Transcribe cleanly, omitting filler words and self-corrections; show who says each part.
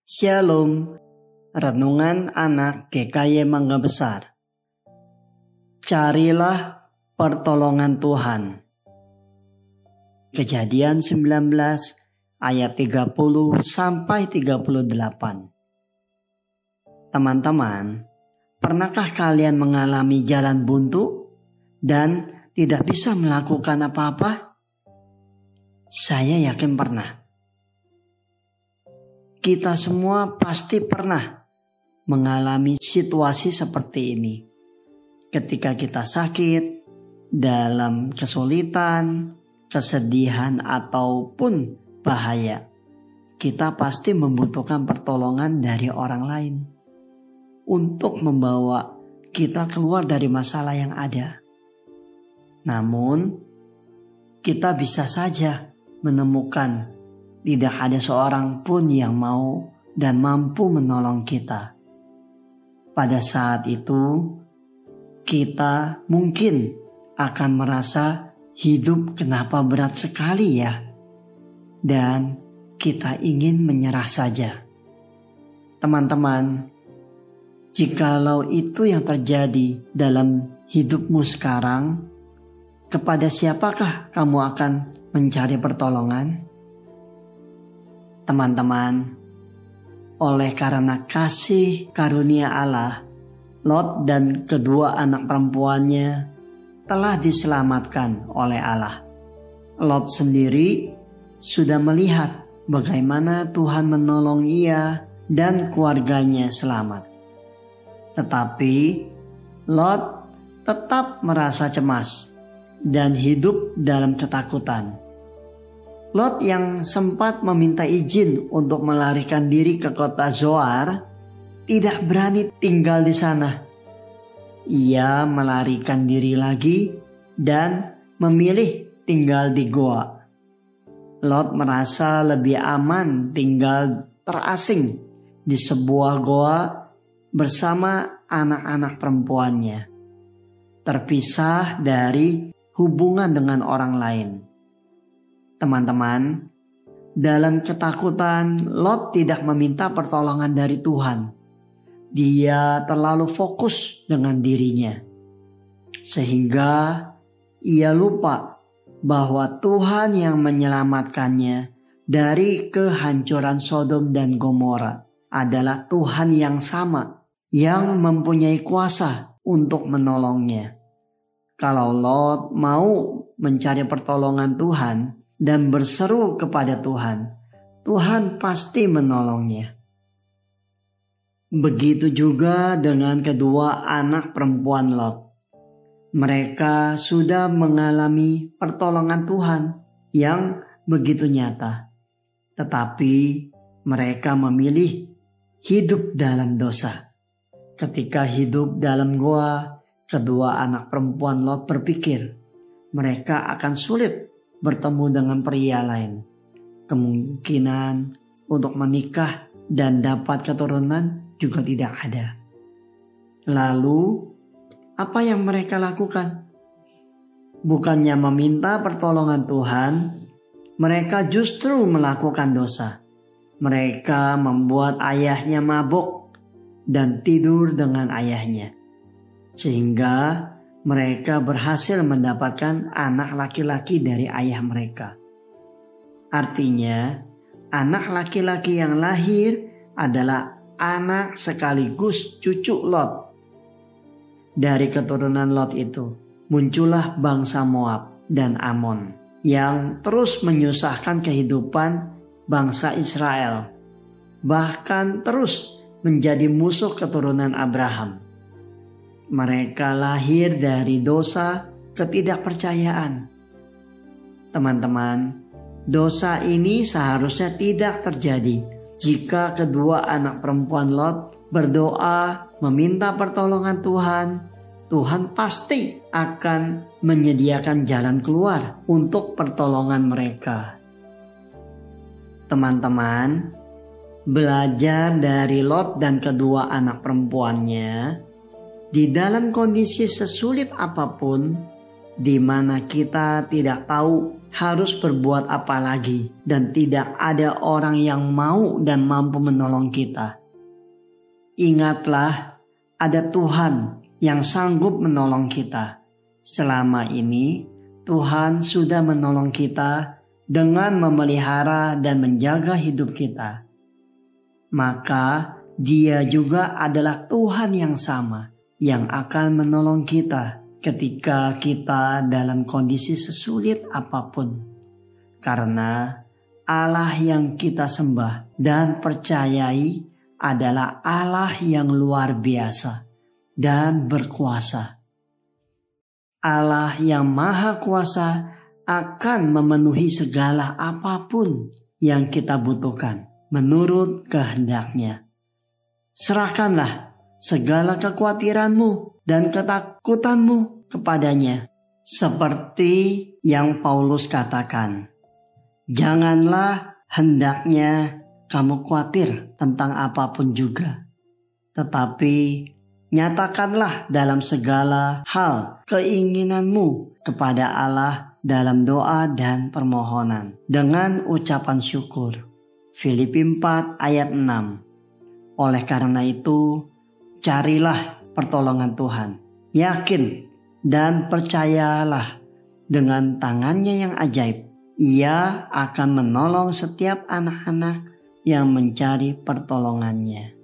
Speaker 1: Shalom, Renungan Anak GKY Mangga Besar. Carilah pertolongan Tuhan. Kejadian 19 ayat 30 sampai 38. Teman-teman, pernahkah kalian mengalami jalan buntu dan tidak bisa melakukan apa-apa? Saya yakin pernah. Kita semua pasti pernah mengalami situasi seperti ini. Ketika kita sakit, dalam kesulitan, kesedihan ataupun bahaya, kita pasti membutuhkan pertolongan dari orang lain untuk membawa kita keluar dari masalah yang ada. Namun, kita bisa saja menemukan tidak ada seorang pun yang mau dan mampu menolong kita. Pada saat itu, kita mungkin akan merasa hidup kenapa berat sekali ya, dan kita ingin menyerah saja. Teman-teman, jikalau itu yang terjadi dalam hidupmu sekarang, kepada siapakah kamu akan mencari pertolongan? Teman-teman, oleh karena kasih karunia Allah, Lot dan kedua anak perempuannya telah diselamatkan oleh Allah. Lot sendiri sudah melihat bagaimana Tuhan menolong ia dan keluarganya selamat. Tetapi Lot tetap merasa cemas dan hidup dalam ketakutan. Lot yang sempat meminta izin untuk melarikan diri ke kota Zoar tidak berani tinggal di sana. Ia melarikan diri lagi dan memilih tinggal di goa. Lot merasa lebih aman tinggal terasing di sebuah goa bersama anak-anak perempuannya, terpisah dari hubungan dengan orang lain. Teman-teman, dalam ketakutan, Lot tidak meminta pertolongan dari Tuhan. Dia terlalu fokus dengan dirinya, sehingga ia lupa bahwa Tuhan yang menyelamatkannya dari kehancuran Sodom dan Gomora adalah Tuhan yang sama, yang mempunyai kuasa untuk menolongnya. Kalau Lot mau mencari pertolongan Tuhan dan berseru kepada Tuhan, Tuhan pasti menolongnya. Begitu juga dengan kedua anak perempuan Lot. Mereka sudah mengalami pertolongan Tuhan yang begitu nyata. Tetapi mereka memilih hidup dalam dosa. Ketika hidup dalam goa, kedua anak perempuan Lot berpikir mereka akan sulit bertemu dengan pria lain. Kemungkinan untuk menikah dan dapat keturunan juga tidak ada. Lalu, apa yang mereka lakukan? Bukannya meminta pertolongan Tuhan, mereka justru melakukan dosa. Mereka membuat ayahnya mabuk dan tidur dengan ayahnya, sehingga mereka berhasil mendapatkan anak laki-laki dari ayah mereka. Artinya, anak laki-laki yang lahir adalah anak sekaligus cucu Lot. Dari keturunan Lot itu, muncullah bangsa Moab dan Amon yang terus menyusahkan kehidupan bangsa Israel, bahkan terus menjadi musuh keturunan Abraham. Mereka lahir dari dosa ketidakpercayaan. Teman-teman, dosa ini seharusnya tidak terjadi jika kedua anak perempuan Lot berdoa meminta pertolongan Tuhan. Tuhan pasti akan menyediakan jalan keluar untuk pertolongan mereka. Teman-teman, belajar dari Lot dan kedua anak perempuannya. Di dalam kondisi sesulit apapun, di mana kita tidak tahu harus berbuat apa lagi dan tidak ada orang yang mau dan mampu menolong kita. Ingatlah, ada Tuhan yang sanggup menolong kita. Selama ini Tuhan sudah menolong kita dengan memelihara dan menjaga hidup kita. Maka Dia juga adalah Tuhan yang sama yang akan menolong kita ketika kita dalam kondisi sesulit apapun. Karena Allah yang kita sembah dan percayai adalah Allah yang luar biasa dan berkuasa. Allah yang maha kuasa akan memenuhi segala apapun yang kita butuhkan menurut kehendak-Nya. Serahkanlah segala kekhawatiranmu dan ketakutanmu kepadanya. Seperti yang Paulus katakan, janganlah hendaknya kamu khawatir tentang apapun juga, tetapi nyatakanlah dalam segala hal keinginanmu kepada Allah dalam doa dan permohonan dengan ucapan syukur. Filipi 4 ayat 6. Oleh karena itu, carilah pertolongan Tuhan. Yakin dan percayalah dengan tangan-Nya yang ajaib. Ia akan menolong setiap anak-anak yang mencari pertolongan-Nya.